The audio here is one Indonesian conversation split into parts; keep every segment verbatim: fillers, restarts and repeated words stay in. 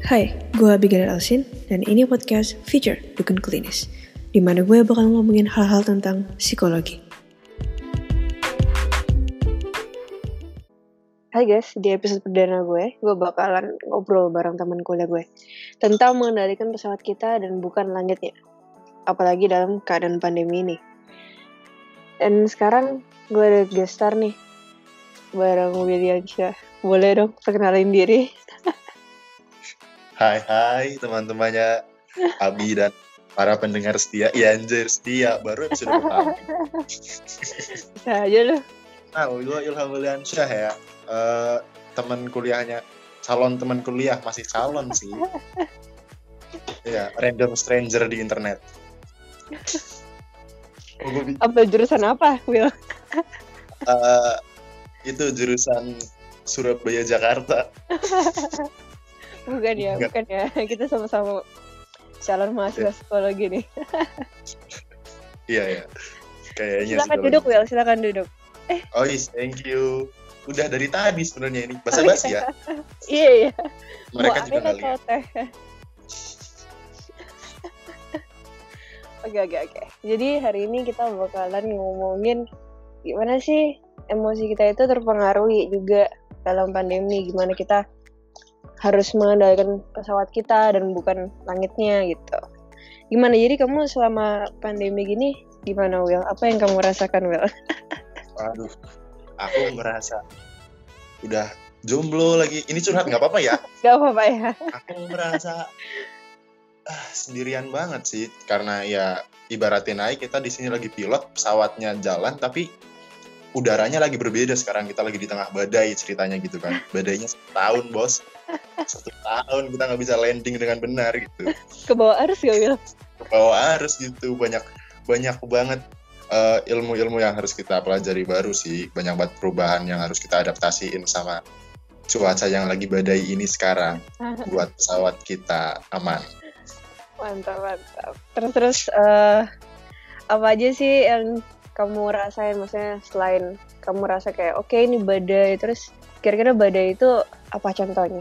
Hai, gue Abigail Elsin, dan ini podcast Feature Bukan Klinis, di mana gue bakal ngomongin hal-hal tentang psikologi. Hai guys, di episode perdana gue, gue bakalan ngobrol bareng teman kuliah gue tentang mengendalikan pesawat kita dan bukan langitnya, apalagi dalam keadaan pandemi ini. Dan sekarang gue ada guest star nih, bareng William Syah. Boleh dong perkenalin diri? Hai hai teman-temannya Abi dan para pendengar setia. Ya anjir setia, baru episode pertama. Bisa aja loh. Nah, gue Ilham Williansyah ya. Uh, teman kuliahnya, calon teman kuliah, masih calon sih. Ya, random stranger di internet. Oh, bi- Apa jurusan apa, Will? uh, itu jurusan Surabaya Jakarta. Bukan ya, Enggak. bukan ya. Kita sama-sama calon mahasiswa psikologi nih. Iya ya. Kayaknya Silakan psikologi. duduk, Will. Silakan duduk. Oh yes, thank you. Udah dari tadi sebenarnya ini basa-basi ya. Iya, iya. Mereka Mau juga air nggak atau lihat. teh? Oke, oke, oke. Jadi hari ini kita bakalan ngomongin gimana sih emosi kita itu terpengaruhi juga dalam pandemi. Gimana kita harus mengendalikan pesawat kita dan bukan langitnya gitu. Gimana, jadi kamu selama pandemi gini gimana, Will? Apa yang kamu rasakan, Will? Aduh, aku merasa udah jomblo lagi. Ini curhat nggak apa-apa ya? Gak apa-apa ya? Aku merasa ah, sendirian banget sih, karena ya ibaratin aja kita di sini lagi pilot, pesawatnya jalan, tapi udaranya lagi berbeda sekarang. Kita lagi di tengah badai ceritanya gitu kan. Badainya setahun bos, satu tahun kita nggak bisa landing dengan benar gitu. Ke bawah arus gak, Will? Ke bawah arus gitu, banyak banyak banget uh, ilmu-ilmu yang harus kita pelajari baru sih, banyak banget perubahan yang harus kita adaptasiin sama cuaca yang lagi badai ini sekarang buat pesawat kita aman. Mantap, mantap. Terus, terus uh, apa aja sih yang kamu rasain? Maksudnya selain kamu rasa kayak, oke okay, ini badai, terus kira-kira badai itu apa contohnya?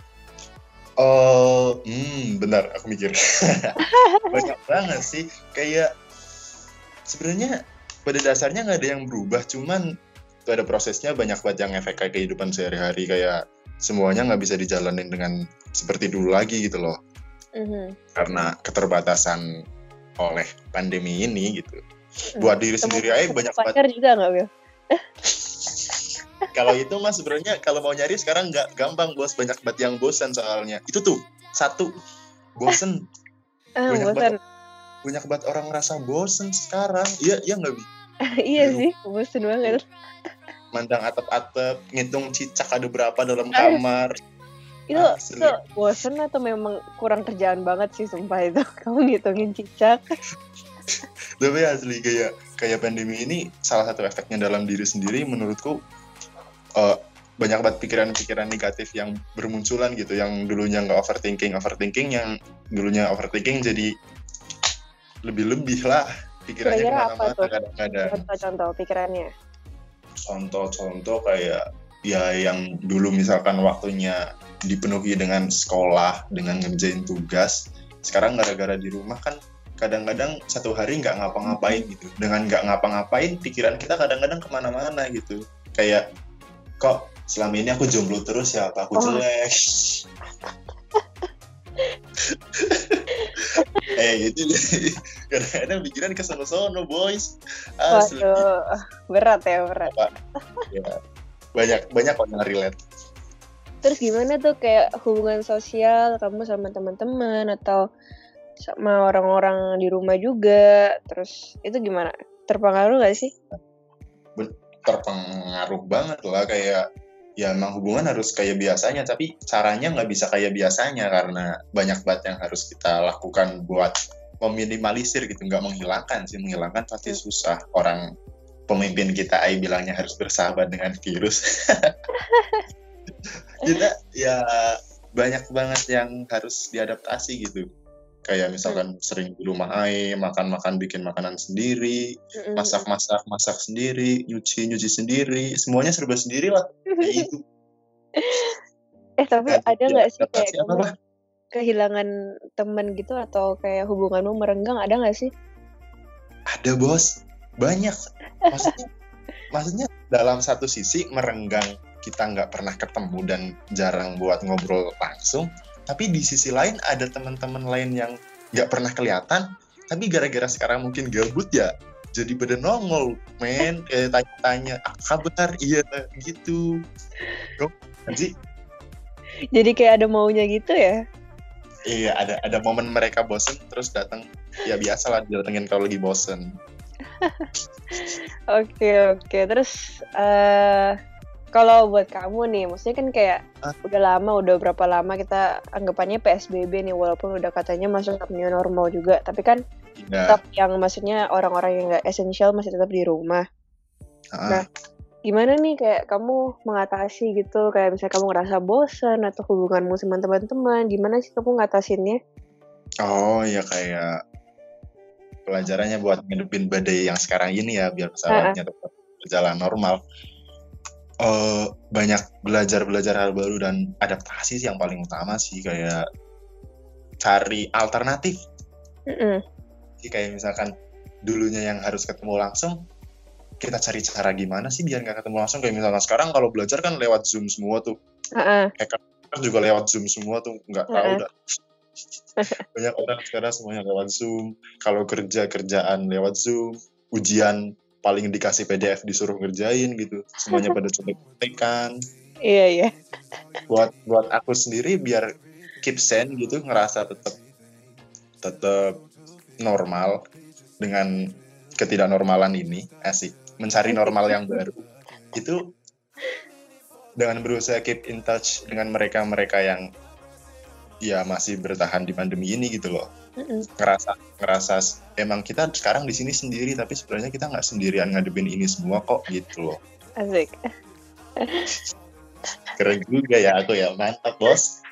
Oh, hmm, benar, aku mikir. Banyak banget sih, kayak sebenarnya pada dasarnya nggak ada yang berubah, cuman itu ada prosesnya, banyak banget yang efek kayak kehidupan sehari-hari, kayak semuanya nggak bisa dijalanin dengan seperti dulu lagi gitu loh. Mm-hmm. Karena keterbatasan oleh pandemi ini gitu. Mm-hmm. Buat diri Temu sendiri aja banyak banget. Pacar juga nggak, Will? Kalau itu mas sebenarnya kalau mau nyari sekarang nggak gampang bos, banyak banget yang bosan soalnya. Itu tuh satu bosen. Ah, banyak bosan. banget banyak banget orang ngerasa bosen sekarang. Iya iya nggak bi? Iya sih, bosen banget. Mandang atap-atap, ngitung cicak ada berapa dalam kamar. Itu, ah, itu bosen atau memang kurang kerjaan banget sih sumpah itu kamu ngitungin cicak. Tapi asli kayak kayak pandemi ini salah satu efeknya dalam diri sendiri menurutku. Uh, banyak banget pikiran-pikiran negatif yang bermunculan gitu, yang dulunya nggak overthinking overthinking yang dulunya overthinking jadi lebih-lebih lah pikirannya kemana-mana kadang-kadang. Contoh-contoh pikirannya, contoh-contoh kayak ya yang dulu misalkan waktunya dipenuhi dengan sekolah, dengan ngerjain tugas, sekarang gara-gara di rumah kan kadang-kadang satu hari nggak ngapa-ngapain gitu. Dengan nggak ngapa-ngapain pikiran kita kadang-kadang kemana-mana gitu, kayak kok selama ini aku jomblo terus ya, apa aku oh. jelek? eh gitu kadang-kadang pikiran kesono-sono boys. Asli. Waduh, berat ya berat. Apa? Ya, banyak banyak orang relate. Terus gimana tuh kayak hubungan sosial kamu sama teman-teman atau sama orang-orang di rumah juga? Terus itu gimana? Terpengaruh nggak sih? Terpengaruh banget lah, kayak ya emang hubungan harus kayak biasanya, tapi caranya nggak bisa kayak biasanya karena banyak banget yang harus kita lakukan buat meminimalisir gitu, nggak menghilangkan sih, menghilangkan pasti susah. Orang pemimpin kita ay bilangnya harus bersahabat dengan virus. Kita ya banyak banget yang harus diadaptasi gitu. Kayak misalkan hmm. sering di rumah aja, makan-makan bikin makanan sendiri, hmm. masak-masak masak sendiri, nyuci-nyuci sendiri, semuanya serba sendiri lah. Kayak itu. Eh tapi Dan ada nggak sih kayak kamu, kehilangan temen gitu atau kayak hubunganmu merenggang, ada nggak sih? Ada bos, banyak. Maksudnya, maksudnya dalam satu sisi merenggang kita nggak pernah ketemu dan jarang buat ngobrol langsung, tapi di sisi lain ada teman-teman lain yang nggak pernah kelihatan, tapi gara-gara sekarang mungkin gabut ya, jadi pada nongol, men, kayak tanya-tanya, ah, kabar, iya gitu. Kok, Ji? Jadi kayak ada maunya gitu ya? Iya, ada ada momen mereka bosen terus datang, ya biasa lah didatengin kalau lagi bosen. Oke oke, terus uh, kalau buat kamu nih, maksudnya kan kayak Hah? udah lama, udah berapa lama kita anggapannya P S B B nih, walaupun udah katanya masuk ke new normal juga, tapi kan Iya. tetap yang maksudnya orang-orang yang nggak esensial masih tetap di rumah. Ah. Nah, gimana nih kayak kamu mengatasi gitu, kayak misalnya kamu ngerasa bosan atau hubunganmu sama teman-teman, gimana sih kamu ngatasinnya? Oh ya, kayak pelajarannya buat ngedepin badai yang sekarang ini ya, biar pesawatnya tetap berjalan normal. Uh, banyak belajar-belajar hal baru dan adaptasi sih yang paling utama sih, kayak cari alternatif. Mm-mm. Jadi kayak misalkan dulunya yang harus ketemu langsung, kita cari cara gimana sih biar nggak ketemu langsung. Kayak misalkan sekarang kalau belajar kan lewat Zoom semua tuh. Uh-uh. Hacker juga lewat Zoom semua tuh, nggak tahu Uh-uh. dah. Banyak orang sekarang semuanya lewat Zoom. Kalau kerja kerjaan lewat Zoom, ujian paling dikasih P D F disuruh ngerjain gitu, semuanya pada contek-contekan. Iya iya. Buat buat aku sendiri biar keep sane gitu, ngerasa tetap tetap normal dengan ketidaknormalan ini, asik mencari normal yang baru itu dengan berusaha keep in touch dengan mereka-mereka yang ya masih bertahan di pandemi ini gitu loh. Mm-mm. ngerasa ngerasa emang kita sekarang di sini sendiri, tapi sebenarnya kita nggak sendirian ngadepin ini semua kok gitu loh. Asik. Keren juga ya aku ya, mantap bos.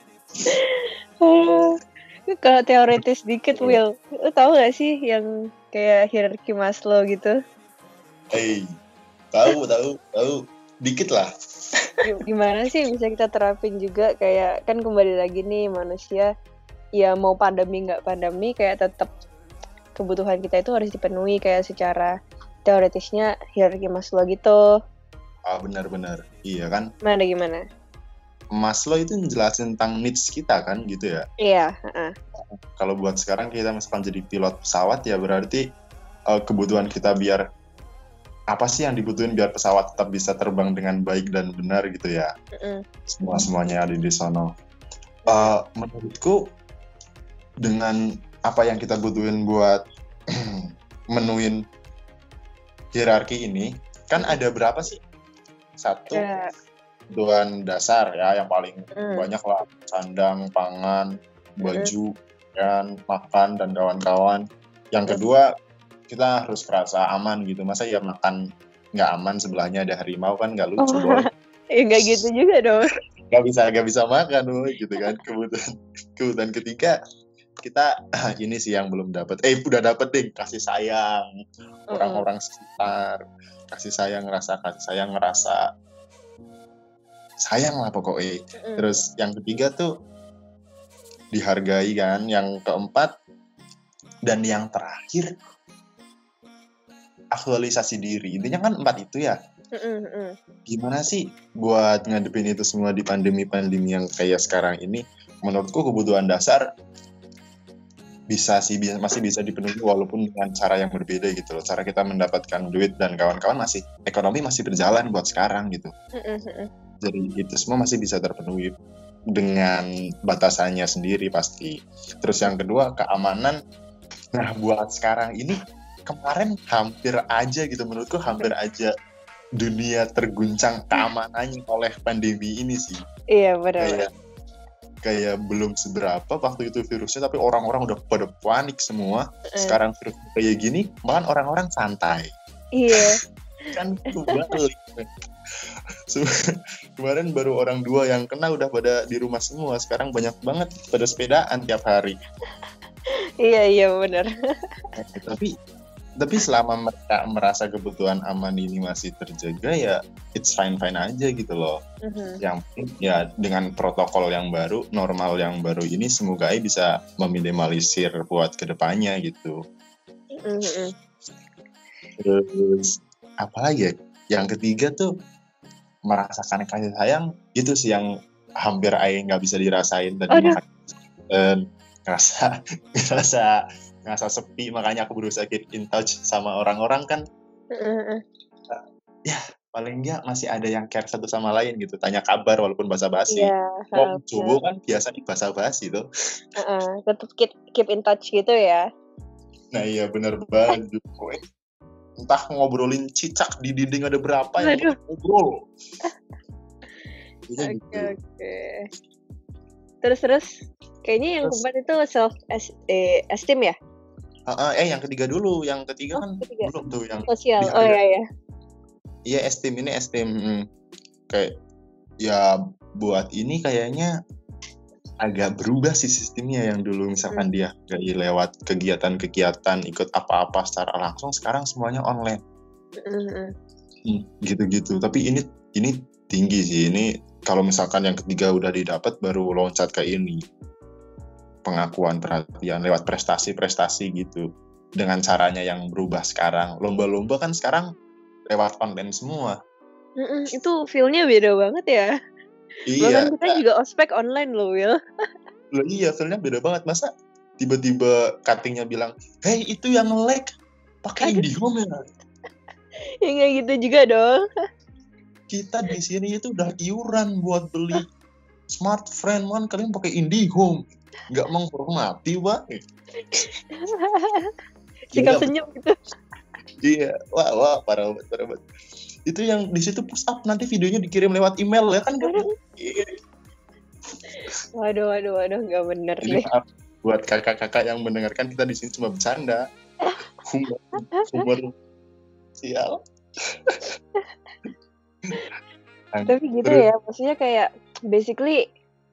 Kalau teoritis dikit, Will, lu tahu gak sih yang kayak hierarki Maslow gitu? Eh, hey, tahu tahu tahu dikit lah. Gimana sih bisa kita terapin juga, kayak kan kembali lagi nih manusia ya mau pandemi nggak pandemi kayak tetap kebutuhan kita itu harus dipenuhi, kayak secara teoritisnya hierarki Maslow gitu. Ah, benar-benar iya kan. Mana gimana? Maslow itu menjelasin tentang needs kita kan gitu ya. Iya. Uh-uh. Kalau buat sekarang kita misalkan jadi pilot pesawat ya berarti uh, kebutuhan kita biar apa sih yang dibutuhin biar pesawat tetap bisa terbang dengan baik dan benar gitu ya. Uh-uh. Semua semuanya ada di sono. Uh, menurutku dengan apa yang kita butuhin buat menuin hierarki ini kan ada berapa sih? Satu Yeah. kebutuhan dasar ya yang paling Mm. banyak lah, sandang, pangan, baju, kan, makan dan kawan-kawan. Yang kedua kita harus merasa aman gitu. Masa ya makan nggak aman sebelahnya ada harimau kan nggak lucu. Oh. Ya nggak gitu juga dong. Nggak bisa nggak bisa makan boy gitu kan. Kebutuhan kebutuhan ketiga kita ini sih yang belum dapat. Eh udah dapet deh, kasih sayang orang-orang sekitar, kasih sayang ngerasa kasih sayang ngerasa sayang lah pokoknya. Mm. Terus yang ketiga tuh dihargai kan. Yang keempat dan yang terakhir aktualisasi diri. Intinya kan empat itu ya. Mm-mm. Gimana sih buat ngadepin itu semua di pandemi-pandemi yang kayak sekarang ini? Menurutku kebutuhan dasar bisa sih bisa, masih bisa dipenuhi walaupun dengan cara yang berbeda gitu loh. Cara kita mendapatkan duit dan kawan-kawan masih ekonomi masih berjalan buat sekarang gitu. Mm-mm. Jadi itu semua masih bisa terpenuhi dengan batasannya sendiri pasti. Terus yang kedua keamanan. Nah buat sekarang ini kemarin hampir aja gitu menurutku hampir aja dunia terguncang keamanannya oleh pandemi ini sih. Iya benar. Kayak kayak belum seberapa waktu itu virusnya, tapi orang-orang udah pada panik semua. Mm. Sekarang virus kayak gini, bahkan orang-orang santai. Iya. Kan kebalik. Kemarin baru orang dua yang kena udah pada di rumah semua. Sekarang banyak banget pada sepedaan tiap hari. Iya iya benar. Tapi tapi selama mereka merasa kebutuhan aman ini masih terjaga ya it's fine fine aja gitu loh. Mhm. Yang penting ya dengan protokol yang baru, normal yang baru ini semoga bisa meminimalisir buat kedepannya gitu. Mhm. Terus apa lagi ya? Yang ketiga tuh merasakan kasih sayang itu sih yang hampir aja nggak bisa dirasain tadi. Aduh. Makanya dan ngerasa ngerasa ngerasa sepi, makanya aku berusaha keep in touch sama orang-orang kan. Heeh. Ya paling nggak masih ada yang care satu sama lain gitu, tanya kabar walaupun basa-basi. Iya, Wong heeh, Jowo bener. kan biasanya basa-basi tuh. Heeh, tetep keep keep in touch gitu ya. Nah iya bener banget juga. Entah ngobrolin cicak di dinding ada berapa yang Waduh. ngobrol. Itu Oke, gitu. oke. Terus terus kayaknya yang Terus- keempat itu self es- eh, esteem ya? Ah, ah, eh yang ketiga dulu, yang ketiga Oh, kan ketiga. belum tuh yang Sosial. Oh dihargai. iya iya. Iya esteem ini esteem hmm. Kayak ya buat ini kayaknya agak berubah sih sistemnya. Yang dulu misalkan dia gak lewat kegiatan-kegiatan ikut apa-apa secara langsung, sekarang semuanya online. Heeh. Hmm, gitu-gitu. Tapi ini ini tinggi sih. Ini kalau misalkan yang ketiga udah didapat baru loncat ke ini. Pengakuan perhatian lewat prestasi-prestasi gitu. Dengan caranya yang berubah sekarang. Lomba-lomba kan sekarang lewat online semua. Mm-mm, itu feel-nya beda banget ya. Bahkan Iya. kita juga ospek online loh, Will. Loh, iya, feel-nya beda banget. Masa tiba-tiba cutting-nya bilang, "Hey, itu yang nge-lag pakai Aduh. IndiHome ya?" Ya nggak gitu juga dong. Kita di sini itu udah iuran buat beli smart friend, man, kalian pakai IndiHome. Nggak menghormati, Pak. Sikap Iya, senyum gitu. Iya, wah, wah, parah banget, parah banget. Itu yang di situ push up, nanti videonya dikirim lewat email ya kan? Waduh. Iya. Waduh, waduh, waduh, nggak bener Jadi nih. maaf buat kakak-kakak yang mendengarkan, kita di sini cuma bercanda. Humor, humor sial. Tapi gitu Terus- ya, maksudnya kayak basically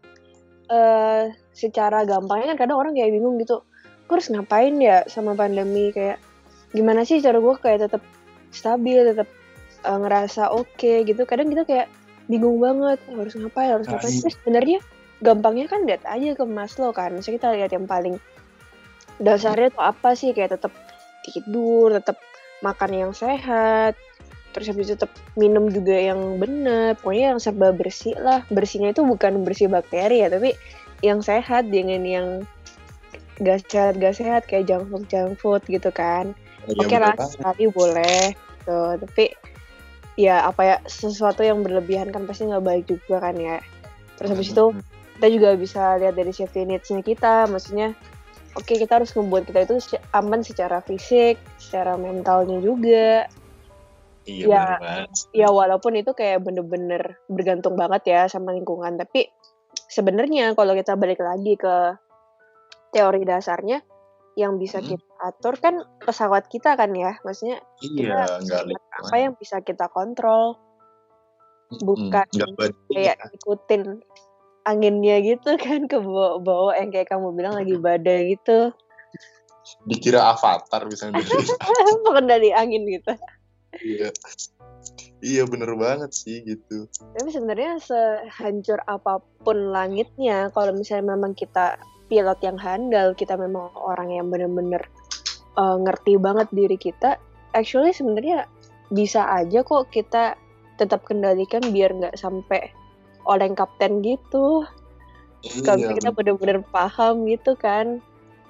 uh, secara gampangnya kan kadang orang kayak bingung gitu, gue harus ngapain ya sama pandemi, kayak gimana sih cara gue kayak tetap stabil, tetap uh, ngerasa oke okay, gitu. Kadang kita kayak bingung banget harus ngapain, harus Nah, ngapain. iya. Terus sebenarnya gampangnya kan lihat aja ke Maslow kan. Maksudnya kita lihat yang paling dasarnya tuh apa sih, kayak tetap tidur, tetap makan yang sehat, terus habis itu tetap minum juga yang benar, pokoknya yang serba bersih lah. Bersihnya itu bukan bersih bakteri ya, tapi yang sehat, dengan yang gak sehat gak sehat kayak junk food junk food gitu kan. Oh, Oke iya, lah, bener banget. sekali boleh tuh, tapi ya apa ya, sesuatu yang berlebihan kan pasti nggak baik juga kan ya. Terus habis itu kita juga bisa lihat dari safety needs-nya kita, maksudnya oke okay, kita harus membuat kita itu aman secara fisik, secara mentalnya juga. Iya, Ya, bener banget. ya walaupun itu kayak bener-bener bergantung banget ya sama lingkungan, tapi sebenarnya kalau kita balik lagi ke teori dasarnya, yang bisa Hmm. kita atur kan pesawat kita kan ya, maksudnya Iya, kita nggak apa yang bisa kita kontrol, bukan hmm, kayak ikutin anginnya gitu kan, ke bawah-bawah yang kayak kamu bilang lagi badai gitu. Dikira avatar misalnya. Mengendali angin gitu. Iya. Iya bener banget sih gitu. Tapi sebenarnya sehancur apapun langitnya, kalau misalnya memang kita pilot yang handal, kita memang orang yang benar-benar uh, ngerti banget diri kita, actually sebenarnya bisa aja kok kita tetap kendalikan biar nggak sampai oleng kapten gitu. Iya, Kalau kita benar-benar paham gitu kan.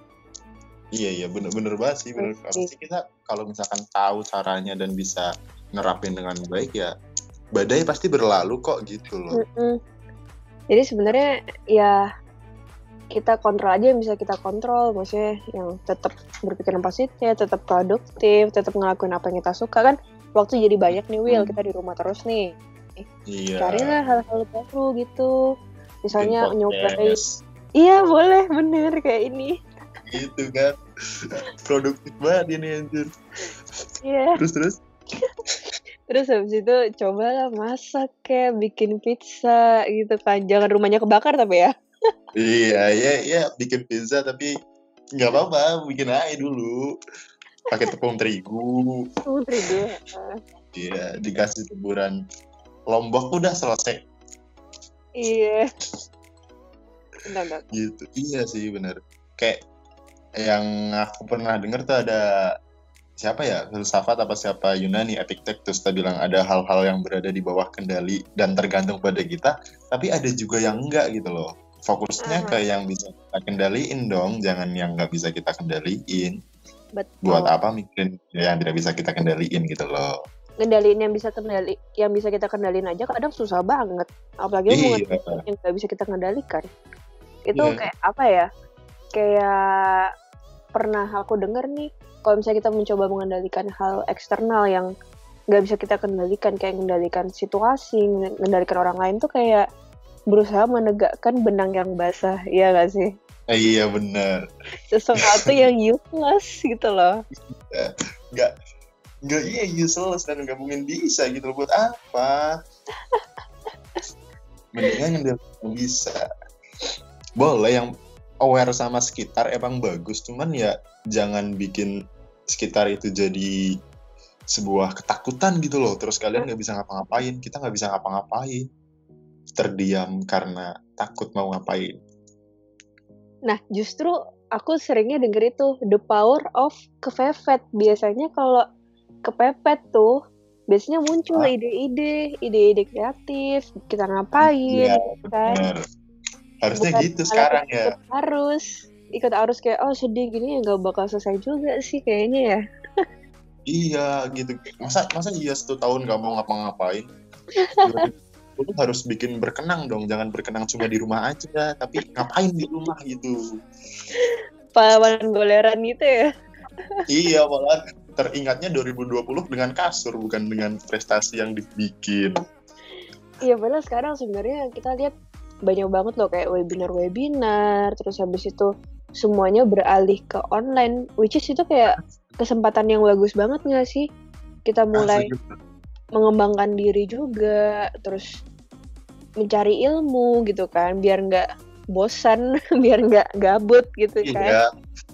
Iya iya bener-bener banget sih, bener. Pasti kita kalau misalkan tahu caranya dan bisa nerapin dengan baik ya, badai pasti berlalu kok gitu loh. Mm-mm. Jadi sebenarnya ya kita kontrol aja yang bisa kita kontrol, maksudnya yang tetap berpikiran positif, tetap produktif, tetap ngelakuin apa yang kita suka kan. Waktu jadi banyak nih, Will, kita di rumah terus nih. Iya. Carilah hal-hal baru gitu. Misalnya nyobain. Podcast. Iya, boleh, bener kayak ini. Gitu kan. Produktif banget ini anjir. Iya. Terus terus. Terus habis itu cobalah masak kayak bikin pizza gitu kan. Jangan rumahnya kebakar tapi ya. Iya, iya, iya, bikin pizza tapi nggak apa-apa, bikin aja dulu. pakai tepung terigu. Tepung terigu. Iya, dikasih teburan lombok udah selesai. Iya. Benar. Gitu. Iya sih benar. Kayak yang aku pernah dengar tuh ada siapa ya, filsafat apa siapa Yunani, Epictetus, kita bilang ada hal-hal yang berada di bawah kendali dan tergantung pada kita, tapi ada juga yang enggak gitu loh. Fokusnya uh-huh. ke yang bisa kita kendaliin dong, jangan yang nggak bisa kita kendaliin. Betul. Buat apa mikirin yang tidak bisa kita kendaliin gitu loh. Ngendaliin yang bisa kendali, yang bisa kita kendaliin aja kadang susah banget, apalagi iya. yang nggak bisa kita kendalikan. Itu iya. kayak apa ya? Kayak pernah aku dengar nih, kalau misalnya kita mencoba mengendalikan hal eksternal yang nggak bisa kita kendalikan, kayak mengendalikan situasi, mengendalikan orang lain tuh kayak berusaha menegakkan benang yang basah, iya nggak sih? Eh, iya benar. Sesuatu yang useless gitu loh. Nggak, nggak iya useless dan nggak mungkin bisa gitu loh, buat apa? Mendingan yang bisa. Boleh yang aware sama sekitar emang bagus, cuman ya jangan bikin sekitar itu jadi sebuah ketakutan gitu loh. Terus kalian nggak bisa ngapa-ngapain, kita nggak bisa ngapa-ngapain, terdiam karena takut mau ngapain. Nah justru aku seringnya denger itu the power of kepepet. Biasanya kalau kepepet tuh biasanya muncul ah. ide-ide, ide-ide kreatif, kita ngapain, ya, kan? Harusnya bukan gitu sekarang ya. Ikut arus, ikut arus kayak oh sedih gini ya nggak bakal selesai juga sih kayaknya ya. Iya gitu. Masa masa iya satu tahun nggak mau ngapa-ngapain. Lu harus bikin berkenang dong, jangan berkenang cuma di rumah aja, tapi ngapain di rumah gitu. Pahlawan goleran gitu ya. Iya, malah teringatnya dua ribu dua puluh dengan kasur bukan dengan prestasi yang dibikin. Iya, padahal sekarang sebenarnya kita lihat banyak banget loh kayak webinar-webinar, terus habis itu semuanya beralih ke online, which is itu kayak kesempatan yang bagus banget nggak sih? Kita mulai ah, mengembangkan diri juga, terus mencari ilmu gitu kan, biar nggak bosan, biar nggak gabut gitu kan. Iya,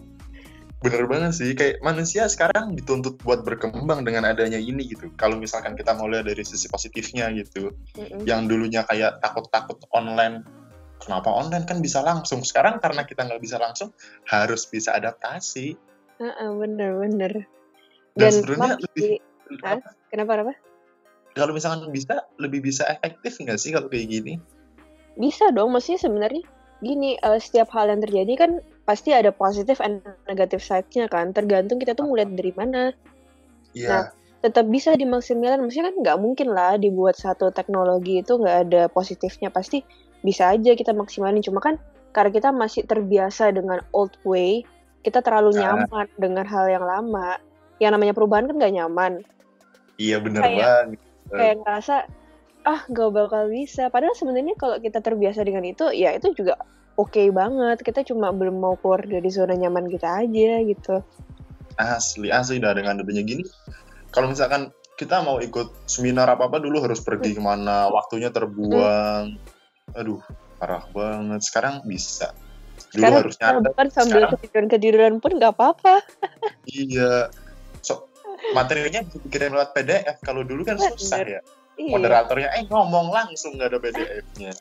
bener banget sih, kayak manusia sekarang dituntut buat berkembang dengan adanya ini gitu. Kalau misalkan kita mau lihat dari sisi positifnya gitu, mm-mm. yang dulunya kayak takut-takut online, kenapa online kan bisa langsung, sekarang karena kita nggak bisa langsung, harus bisa adaptasi. Uh-uh, bener-bener. Dan, Dan sebenarnya lebih Hah? Kenapa apa? Kalau misalkan bisa, lebih bisa efektif nggak sih kalau kayak gini? Bisa dong, maksudnya sebenarnya gini, uh, setiap hal yang terjadi kan pasti ada positif and negatif side-nya kan, tergantung kita tuh mulai dari mana. Iya. Nah, tetap bisa dimaksimalkan, maksudnya kan nggak mungkin lah dibuat satu teknologi itu nggak ada positifnya, pasti bisa aja kita maksimalin, cuma kan karena kita masih terbiasa dengan old way, kita terlalu nyaman ah. dengan hal yang lama. Yang namanya perubahan kan nggak nyaman. Iya benar banget. Kayak ngerasa ah nggak bakal bisa. Padahal sebenarnya kalau kita terbiasa dengan itu, ya itu juga oke okay banget. Kita cuma belum mau keluar dari zona nyaman kita aja gitu. Asli asli dah dengan adanya gini. Kalau misalkan kita mau ikut seminar apa apa dulu harus pergi kemana, waktunya terbuang. Aduh parah banget. Sekarang bisa. Dulu sekarang harus nyatet. Kan sambil ketiduran-ketiduran pun nggak apa-apa. Iya. So, materinya bisa dikirim lewat P D F. Kalau dulu kan susah ya. Iya. Moderatornya eh ngomong langsung nggak ada P D F-nya.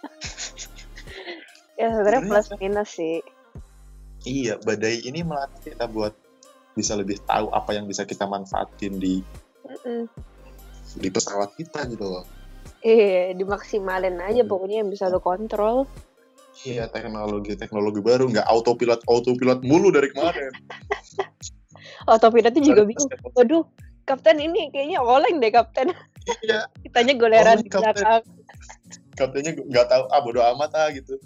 Ya sebenarnya plus minus sih. Iya, badai ini melatih kita buat bisa lebih tahu apa yang bisa kita manfaatin di Mm-mm. di pesawat kita gitu loh. Iya, dimaksimalin aja hmm. pokoknya yang bisa lo kontrol. Iya, teknologi teknologi baru, nggak autopilot autopilot mulu dari kemarin. Autopilotnya juga bingung. Waduh, kapten ini kayaknya oleng deh kapten. Iya. Kitanya goleran di belakang. Kaptennya nggak tahu, ah bodo amat ah gitu.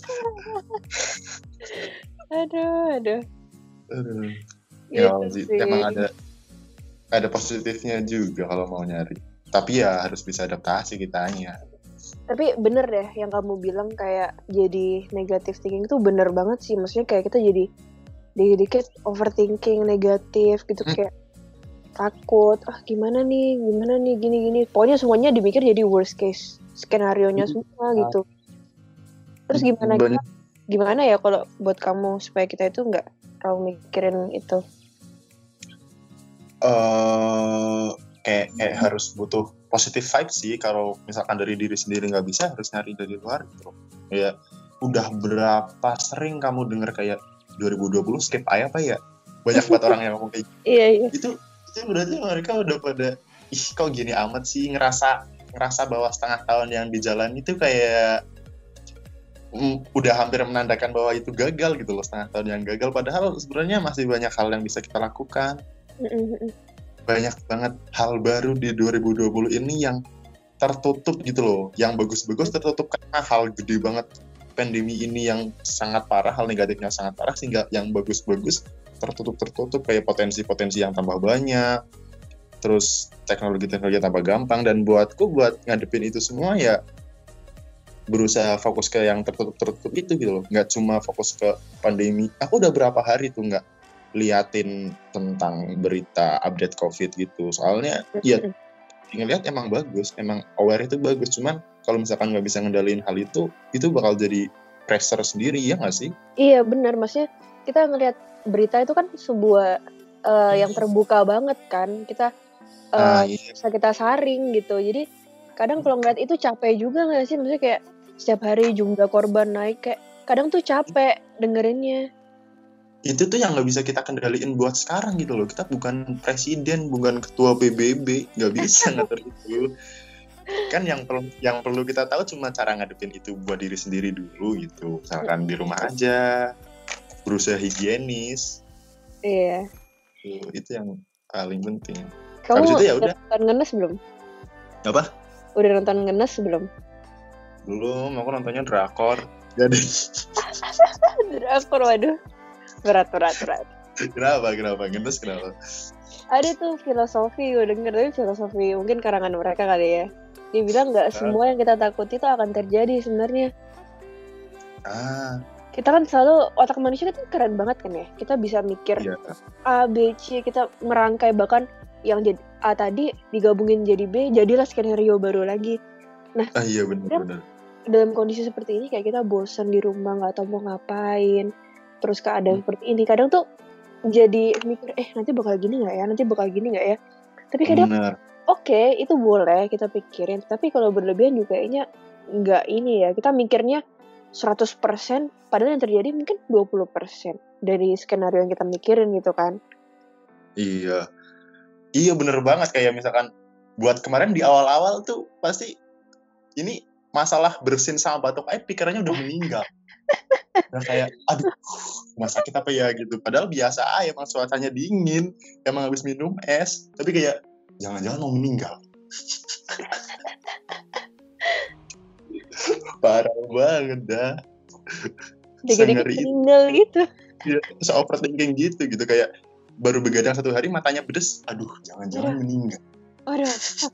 aduh, aduh. Aduh. Ya gitu sih. Emang ada ada positifnya juga kalau mau nyari. Tapi ya harus bisa adaptasi kitanya. Tapi bener deh yang kamu bilang kayak jadi negative thinking itu bener banget sih. Maksudnya kayak kita jadi dikit-dikit overthinking negatif gitu hmm. kayak takut ah gimana nih gimana nih gini-gini pokoknya semuanya dipikir jadi worst case skenario-nya semua gitu. Terus gimana kita, gimana ya kalau buat kamu supaya kita itu nggak terlalu mikirin itu? uh, kayak kayak harus butuh positive vibe sih. Kalau misalkan dari diri sendiri nggak bisa, harus nyari dari luar gitu. Ya udah berapa sering kamu dengar kayak dua ribu dua puluh skip aja apa ya? Banyak banget orang yang ngomong kayak gitu. Iya, iya. Itu itu berarti mereka udah pada ih kok gini amat sih, ngerasa ngerasa bahwa setengah tahun yang dijalani itu kayak mm, udah hampir menandakan bahwa itu gagal gitu loh, setengah tahun yang gagal, padahal sebenarnya masih banyak hal yang bisa kita lakukan. Mm-mm. Banyak banget hal baru di dua ribu dua puluh ini yang tertutup gitu loh, yang bagus-bagus tertutup karena hal gede banget pandemi ini yang sangat parah, hal negatifnya sangat parah, sehingga yang bagus-bagus tertutup-tertutup, kayak potensi-potensi yang tambah banyak, terus teknologi-teknologi tambah gampang. Dan buatku buat ngadepin itu semua ya berusaha fokus ke yang tertutup-tertutup itu gitu loh, nggak cuma fokus ke pandemi. Aku udah berapa hari tuh nggak liatin tentang berita update COVID gitu, soalnya ya ngelihat emang bagus, emang aware itu bagus, cuman kalau misalkan nggak bisa ngendaliin hal itu, itu bakal jadi pressure sendiri, ya nggak sih? Iya benar, maksudnya kita ngelihat berita itu kan sebuah uh, yang terbuka banget kan, kita uh, Ah, iya. bisa kita saring gitu. Jadi kadang kalau ngeliat itu capek juga nggak sih, maksudnya kayak setiap hari jumlah korban naik, kayak kadang tuh capek dengerinnya. Itu tuh yang nggak bisa kita kendaliin buat sekarang gitu loh. Kita bukan presiden, bukan ketua P B B, nggak bisa ngatur itu. Kan yang perlu yang perlu kita tahu cuma cara ngadepin itu buat diri sendiri dulu gitu. Misalkan di rumah aja, berusaha higienis. Iya. Tuh, itu yang paling penting. Kamu Habis itu ya udah udah. nonton Ngenes belum? Apa? Udah nonton Ngenes belum? Belum, aku nontonnya drakor. Jadi Drakor, waduh. Berat, berat, berat. kenapa, kenapa? Ngenes kenapa? Ada tuh filosofi, gue denger tapi filosofi mungkin karangan mereka kali ya. Dia bilang nggak semua yang kita takuti itu akan terjadi sebenarnya. Ah, Kita kan selalu, otak manusia itu keren banget kan ya. Kita bisa mikir iya. A, B, C, kita merangkai, bahkan yang jadi A tadi digabungin jadi B, jadilah skenario baru lagi. Nah, Ah iya benar-benar. dalam kondisi seperti ini kayak kita bosan di rumah, nggak tahu mau ngapain, terus keadaan hmm. seperti ini, kadang tuh jadi mikir, eh nanti bakal gini nggak ya, nanti bakal gini nggak ya. Tapi kadang oke, okay, itu boleh kita pikirin, tapi kalau berlebihan juga kayaknya nggak ini ya, kita mikirnya seratus persen, padahal yang terjadi mungkin dua puluh persen dari skenario yang kita mikirin gitu kan. Iya, iya bener banget. Kayak misalkan buat kemarin di awal-awal tuh pasti ini masalah bersin sama batuk aja pikirannya udah meninggal. Udah kayak, aduh, rumah sakit apa ya gitu. Padahal biasa aja, emang cuacanya dingin, emang habis minum es, tapi kayak, jangan-jangan mau meninggal. Parah banget dah. Dikit-dikit meninggal gitu. Ya, se-overthinking gitu, gitu. Kayak, baru begadang satu hari, matanya pedes, aduh, jangan-jangan Aduh. meninggal. Aduh.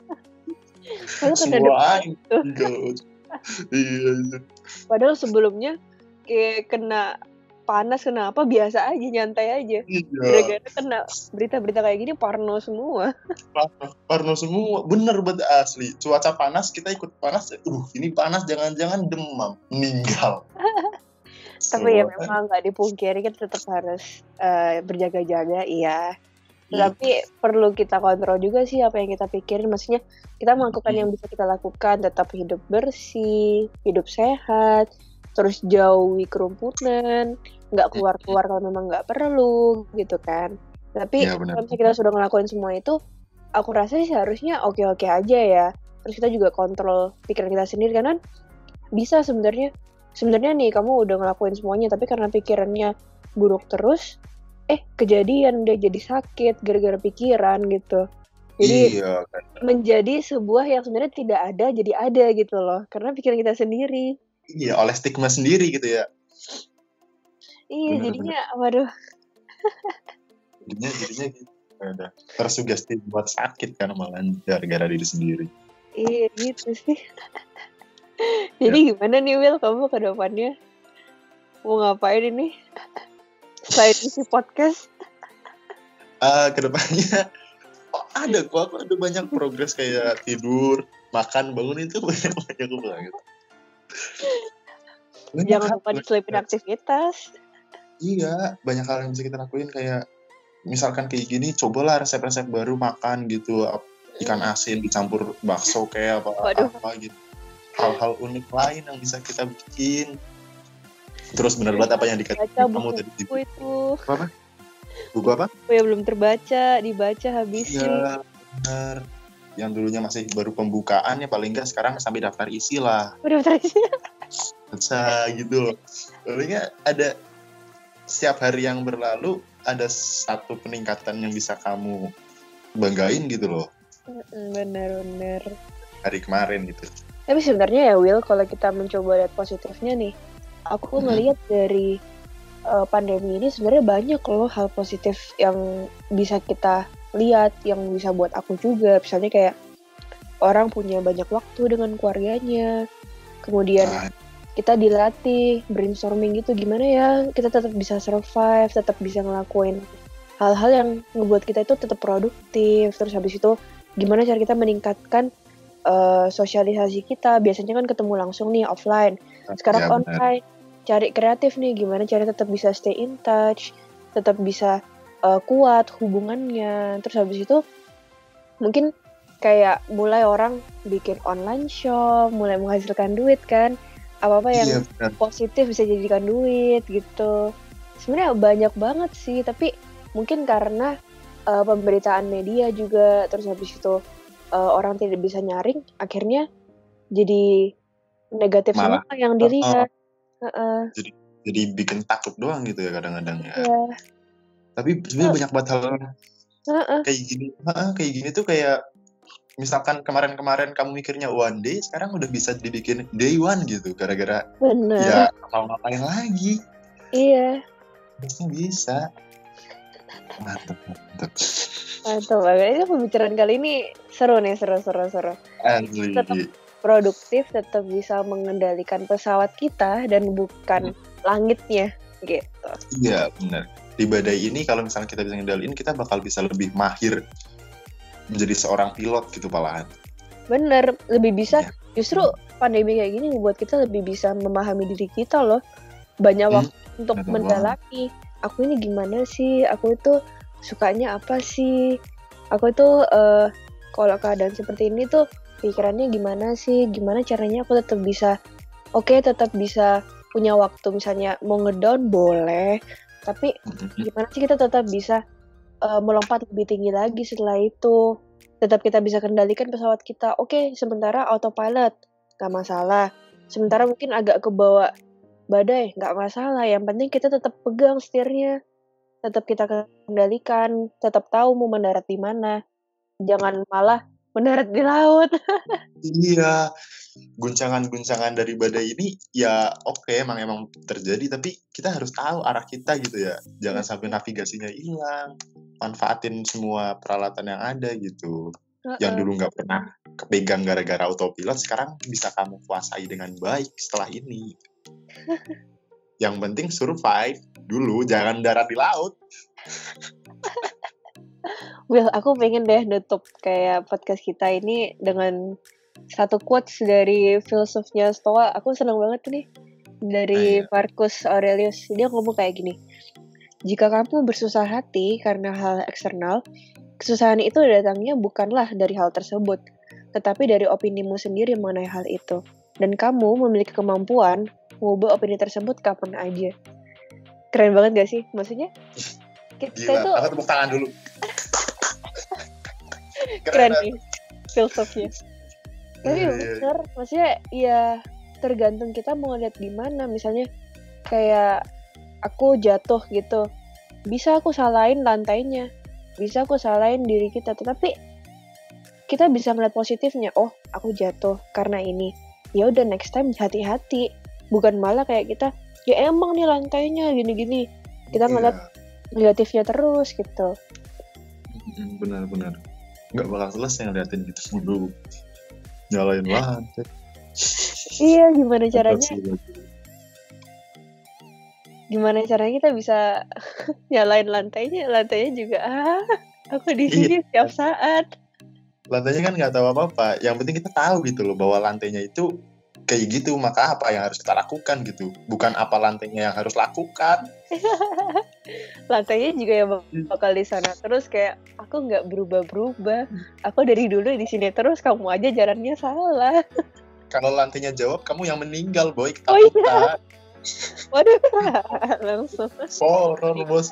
Semua meninggal. Iya. Padahal sebelumnya kayak kena panas, kena apa biasa aja, nyantai aja. Iya. Gara-gara kena berita-berita kayak gini parno semua. Parno, parno semua, bener banget asli. Cuaca panas kita ikut panas, uh ini panas, jangan-jangan demam, meninggal. Tapi ya memang nggak dipungkiri kita tetap harus uh, berjaga-jaga, iya. Tapi hmm. perlu kita kontrol juga sih apa yang kita pikirin. Maksudnya kita melakukan hmm. yang bisa kita lakukan, tetap hidup bersih, hidup sehat, terus jauhi kerumunan, nggak keluar-keluar kalau memang nggak perlu gitu kan. Tapi ya, kalau kita sudah ngelakuin semua itu, aku rasa sih seharusnya oke-oke aja ya. Terus kita juga kontrol pikiran kita sendiri, karena bisa sebenarnya sebenarnya nih kamu udah ngelakuin semuanya, tapi karena pikirannya buruk terus, eh kejadian udah jadi sakit gara-gara pikiran gitu. Jadi iya, kan. Menjadi sebuah yang sebenarnya tidak ada jadi ada gitu loh, karena pikiran kita sendiri. Iya, oleh stigma sendiri gitu ya. Iya, bener, jadinya bener. Waduh. jadinya jadinya gitu. Ada tersugesti buat sakit kan malah gara-gara diri sendiri. Iya gitu sih. Jadi ya. Gimana nih Will, kamu ke depannya mau ngapain ini? Selain isi podcast? Uh, ke depannya oh, ada kok, aku ada banyak progres kayak tidur, makan, bangun itu banyak-banyak banget. Jangan lupa diselipin aktivitas. Iya, banyak hal yang bisa kita lakuin kayak misalkan kayak gini, cobalah resep-resep baru makan gitu, ikan asin dicampur bakso kayak apa Waduh. apa gitu, hal-hal unik lain yang bisa kita bikin. Terus benar banget apa yang dikatakan kamu tadi buku itu apa buku apa buku yang belum terbaca dibaca habisin. Iya benar, yang dulunya masih baru pembukaan ya paling nggak sekarang sampai daftar isi lah. Udah daftar isi bisa gitu loh, paling nggak ada setiap hari yang berlalu ada satu peningkatan yang bisa kamu banggain gitu loh. Bener-bener Hari kemarin gitu. Tapi sebenarnya ya Will, kalau kita mencoba lihat positifnya nih, aku ngelihat hmm. dari uh, pandemi ini sebenarnya banyak loh hal positif yang bisa kita lihat, yang bisa buat aku juga. Misalnya kayak orang punya banyak waktu dengan keluarganya, kemudian nah. kita dilatih brainstorming gitu, gimana ya kita tetap bisa survive, tetap bisa ngelakuin hal-hal yang ngebuat kita itu tetap produktif. Terus habis itu gimana cara kita meningkatkan uh, sosialisasi kita. Biasanya kan ketemu langsung nih offline, sekarang ya, online. Cari kreatif nih, gimana cara tetap bisa stay in touch, tetap bisa uh, kuat hubungannya. Terus habis itu mungkin kayak mulai orang bikin online shop, mulai menghasilkan duit kan, apa-apa yang ya, positif bisa jadikan duit gitu. Sebenarnya banyak banget sih, tapi mungkin karena uh, pemberitaan media juga, terus habis itu uh, orang tidak bisa nyaring, akhirnya jadi negatif malah semua yang dilihat. Oh, uh-uh. jadi jadi bikin takut doang gitu ya kadang-kadang ya. Yeah. Tapi sebenarnya uh. banyak banget hal uh-uh. kayak gini, uh-uh, kayak gini tuh kayak misalkan kemarin-kemarin kamu mikirnya one day, sekarang udah bisa dibikin day one gitu, gara-gara Bener. ya mau ngapain lagi. Iya. Harusnya bisa. Mantap, mantap. Mantap banget. Ini pembicaraan kali ini seru nih, seru, seru, seru. Asli. Tetap produktif, tetap bisa mengendalikan pesawat kita dan bukan hmm. langitnya, gitu. Iya, benar. Di badai ini kalau misalnya kita bisa ngendaliin, kita bakal bisa lebih mahir menjadi seorang pilot gitu malahan. Bener, lebih bisa. Ya. Justru pandemi kayak gini buat kita lebih bisa memahami diri kita loh. Banyak hmm. waktu untuk Bener mendalami. Banget. Aku ini gimana sih? Aku itu sukanya apa sih? Aku itu uh, kalau keadaan seperti ini tuh pikirannya gimana sih? Gimana caranya aku tetap bisa, oke okay, tetap bisa punya waktu, misalnya mau ngedown boleh, tapi gimana sih kita tetap bisa uh, melompat lebih tinggi lagi setelah itu? Tetap kita bisa kendalikan pesawat kita. Oke, okay, sementara autopilot nggak masalah. Sementara mungkin agak kebawa badai, nggak masalah. Yang penting kita tetap pegang setirnya, tetap kita kendalikan, tetap tahu mau mendarat di mana. Jangan malah mendarat di laut. Iya, guncangan-guncangan dari badai ini ya oke okay, emang emang terjadi, tapi kita harus tahu arah kita gitu ya. Jangan sampai navigasinya hilang. Manfaatin semua peralatan yang ada gitu. Uh-uh. Yang dulu nggak pernah kepegang gara-gara autopilot, sekarang bisa kamu kuasai dengan baik setelah ini. Yang penting survive dulu, jangan darat di laut. Will, aku pengen deh nutup kayak podcast kita ini dengan satu quotes dari filsufnya Stoa. Aku senang banget nih, dari ah, iya. Marcus Aurelius. Dia ngomong kayak gini, jika kamu bersusah hati karena hal eksternal, kesusahan itu datangnya bukanlah dari hal tersebut, tetapi dari opinimu sendiri mengenai hal itu. Dan kamu memiliki kemampuan mengubah opini tersebut kapan aja. Keren banget gak sih? Maksudnya kita Gila, itu aku tepuk tangan dulu. Keren nih filsufnya. Tapi yeah, bener, yeah. maksudnya ya tergantung kita mau lihat gimana. Misalnya kayak aku jatuh gitu, bisa aku salahin lantainya, bisa aku salahin diri kita, tetapi kita bisa melihat positifnya. Oh, aku jatuh karena ini. Ya udah, next time hati-hati. Bukan malah kayak kita, ya emang nih lantainya gini-gini. Kita ngeliat yeah. negatifnya terus gitu. Benar-benar. Nggak bakal selesai ngeliatin gitu dulu. Nyalain lantai. Iya, gimana caranya? Gimana caranya kita bisa nyalain lantainya? Lantainya juga, ah, aku di sini iya. Setiap saat. Lantainya kan nggak tahu apa-apa. Yang penting kita tahu gitu loh bahwa lantainya itu kayak gitu, maka apa yang harus kita lakukan gitu? Bukan apa lantainya yang harus lakukan. Lantainya juga yang bakal di sana terus, kayak aku nggak berubah-berubah. Aku dari dulu di sini terus, kamu aja jalannya salah. Kalau lantainya jawab, kamu yang meninggal, boy. Oh iya. Ketakutan. Waduh, langsung. Horor, bos.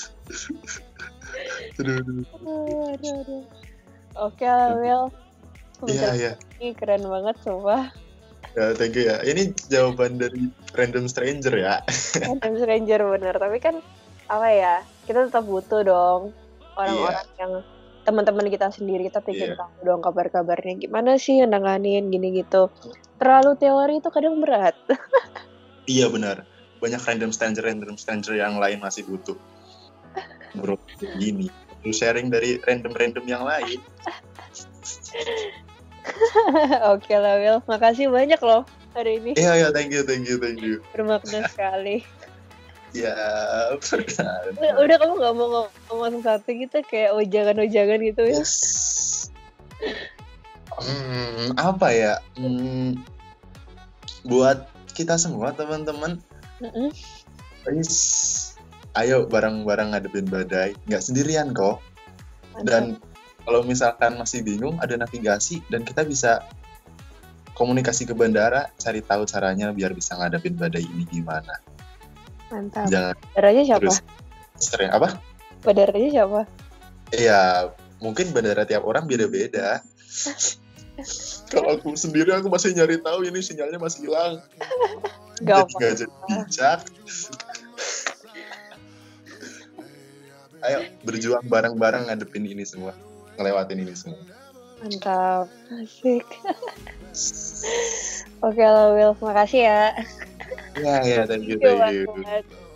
Aduh, aduh. Aduh, aduh, aduh. Oke lah, Will. Iya, iya. Ini keren banget, sumpah. Ya, thank you ya. Ini jawaban dari random stranger ya. Random stranger bener, tapi kan apa ya? Kita tetap butuh dong orang-orang Iya. yang teman-teman kita sendiri, kita pengen Iya. tahu dong kabar-kabarnya gimana sih, nanganin gini gitu. Terlalu teori itu kadang berat. Iya benar. Banyak random stranger random stranger yang lain masih butuh. Bro, gini. Lu sharing dari random-random yang lain. Oke lah, Will. Makasih banyak loh hari ini. Iya, iya, thank you, thank you, thank you. Bermakna sekali. Ya, pernah. Udah, udah kamu gak mau ngomong satu gitu, kayak ujangan-ujangan gitu ya? Yes. Hmm, apa ya? Hmm, buat kita semua teman-teman, Mm-mm. please, ayo bareng-bareng ngadepin badai. Nggak sendirian kok. Mantap. Dan kalau misalkan masih bingung, ada navigasi dan kita bisa komunikasi ke bandara, cari tahu caranya biar bisa ngadepin badai ini gimana. Mantap. Jangan Bandaranya siapa? terus sering apa? Bandaranya siapa? Iya, mungkin bandara tiap orang beda-beda. Kalau aku sendiri aku masih nyari tahu ini sinyalnya masih hilang. Gak Jadi nggak jadi bijak. Ayo berjuang bareng-bareng ngadepin ini semua, ngelewatin ini semua. Mantap, asik. Oke lah, Will, makasih ya. Ya, ya, thank you, Thank you thank you. banget.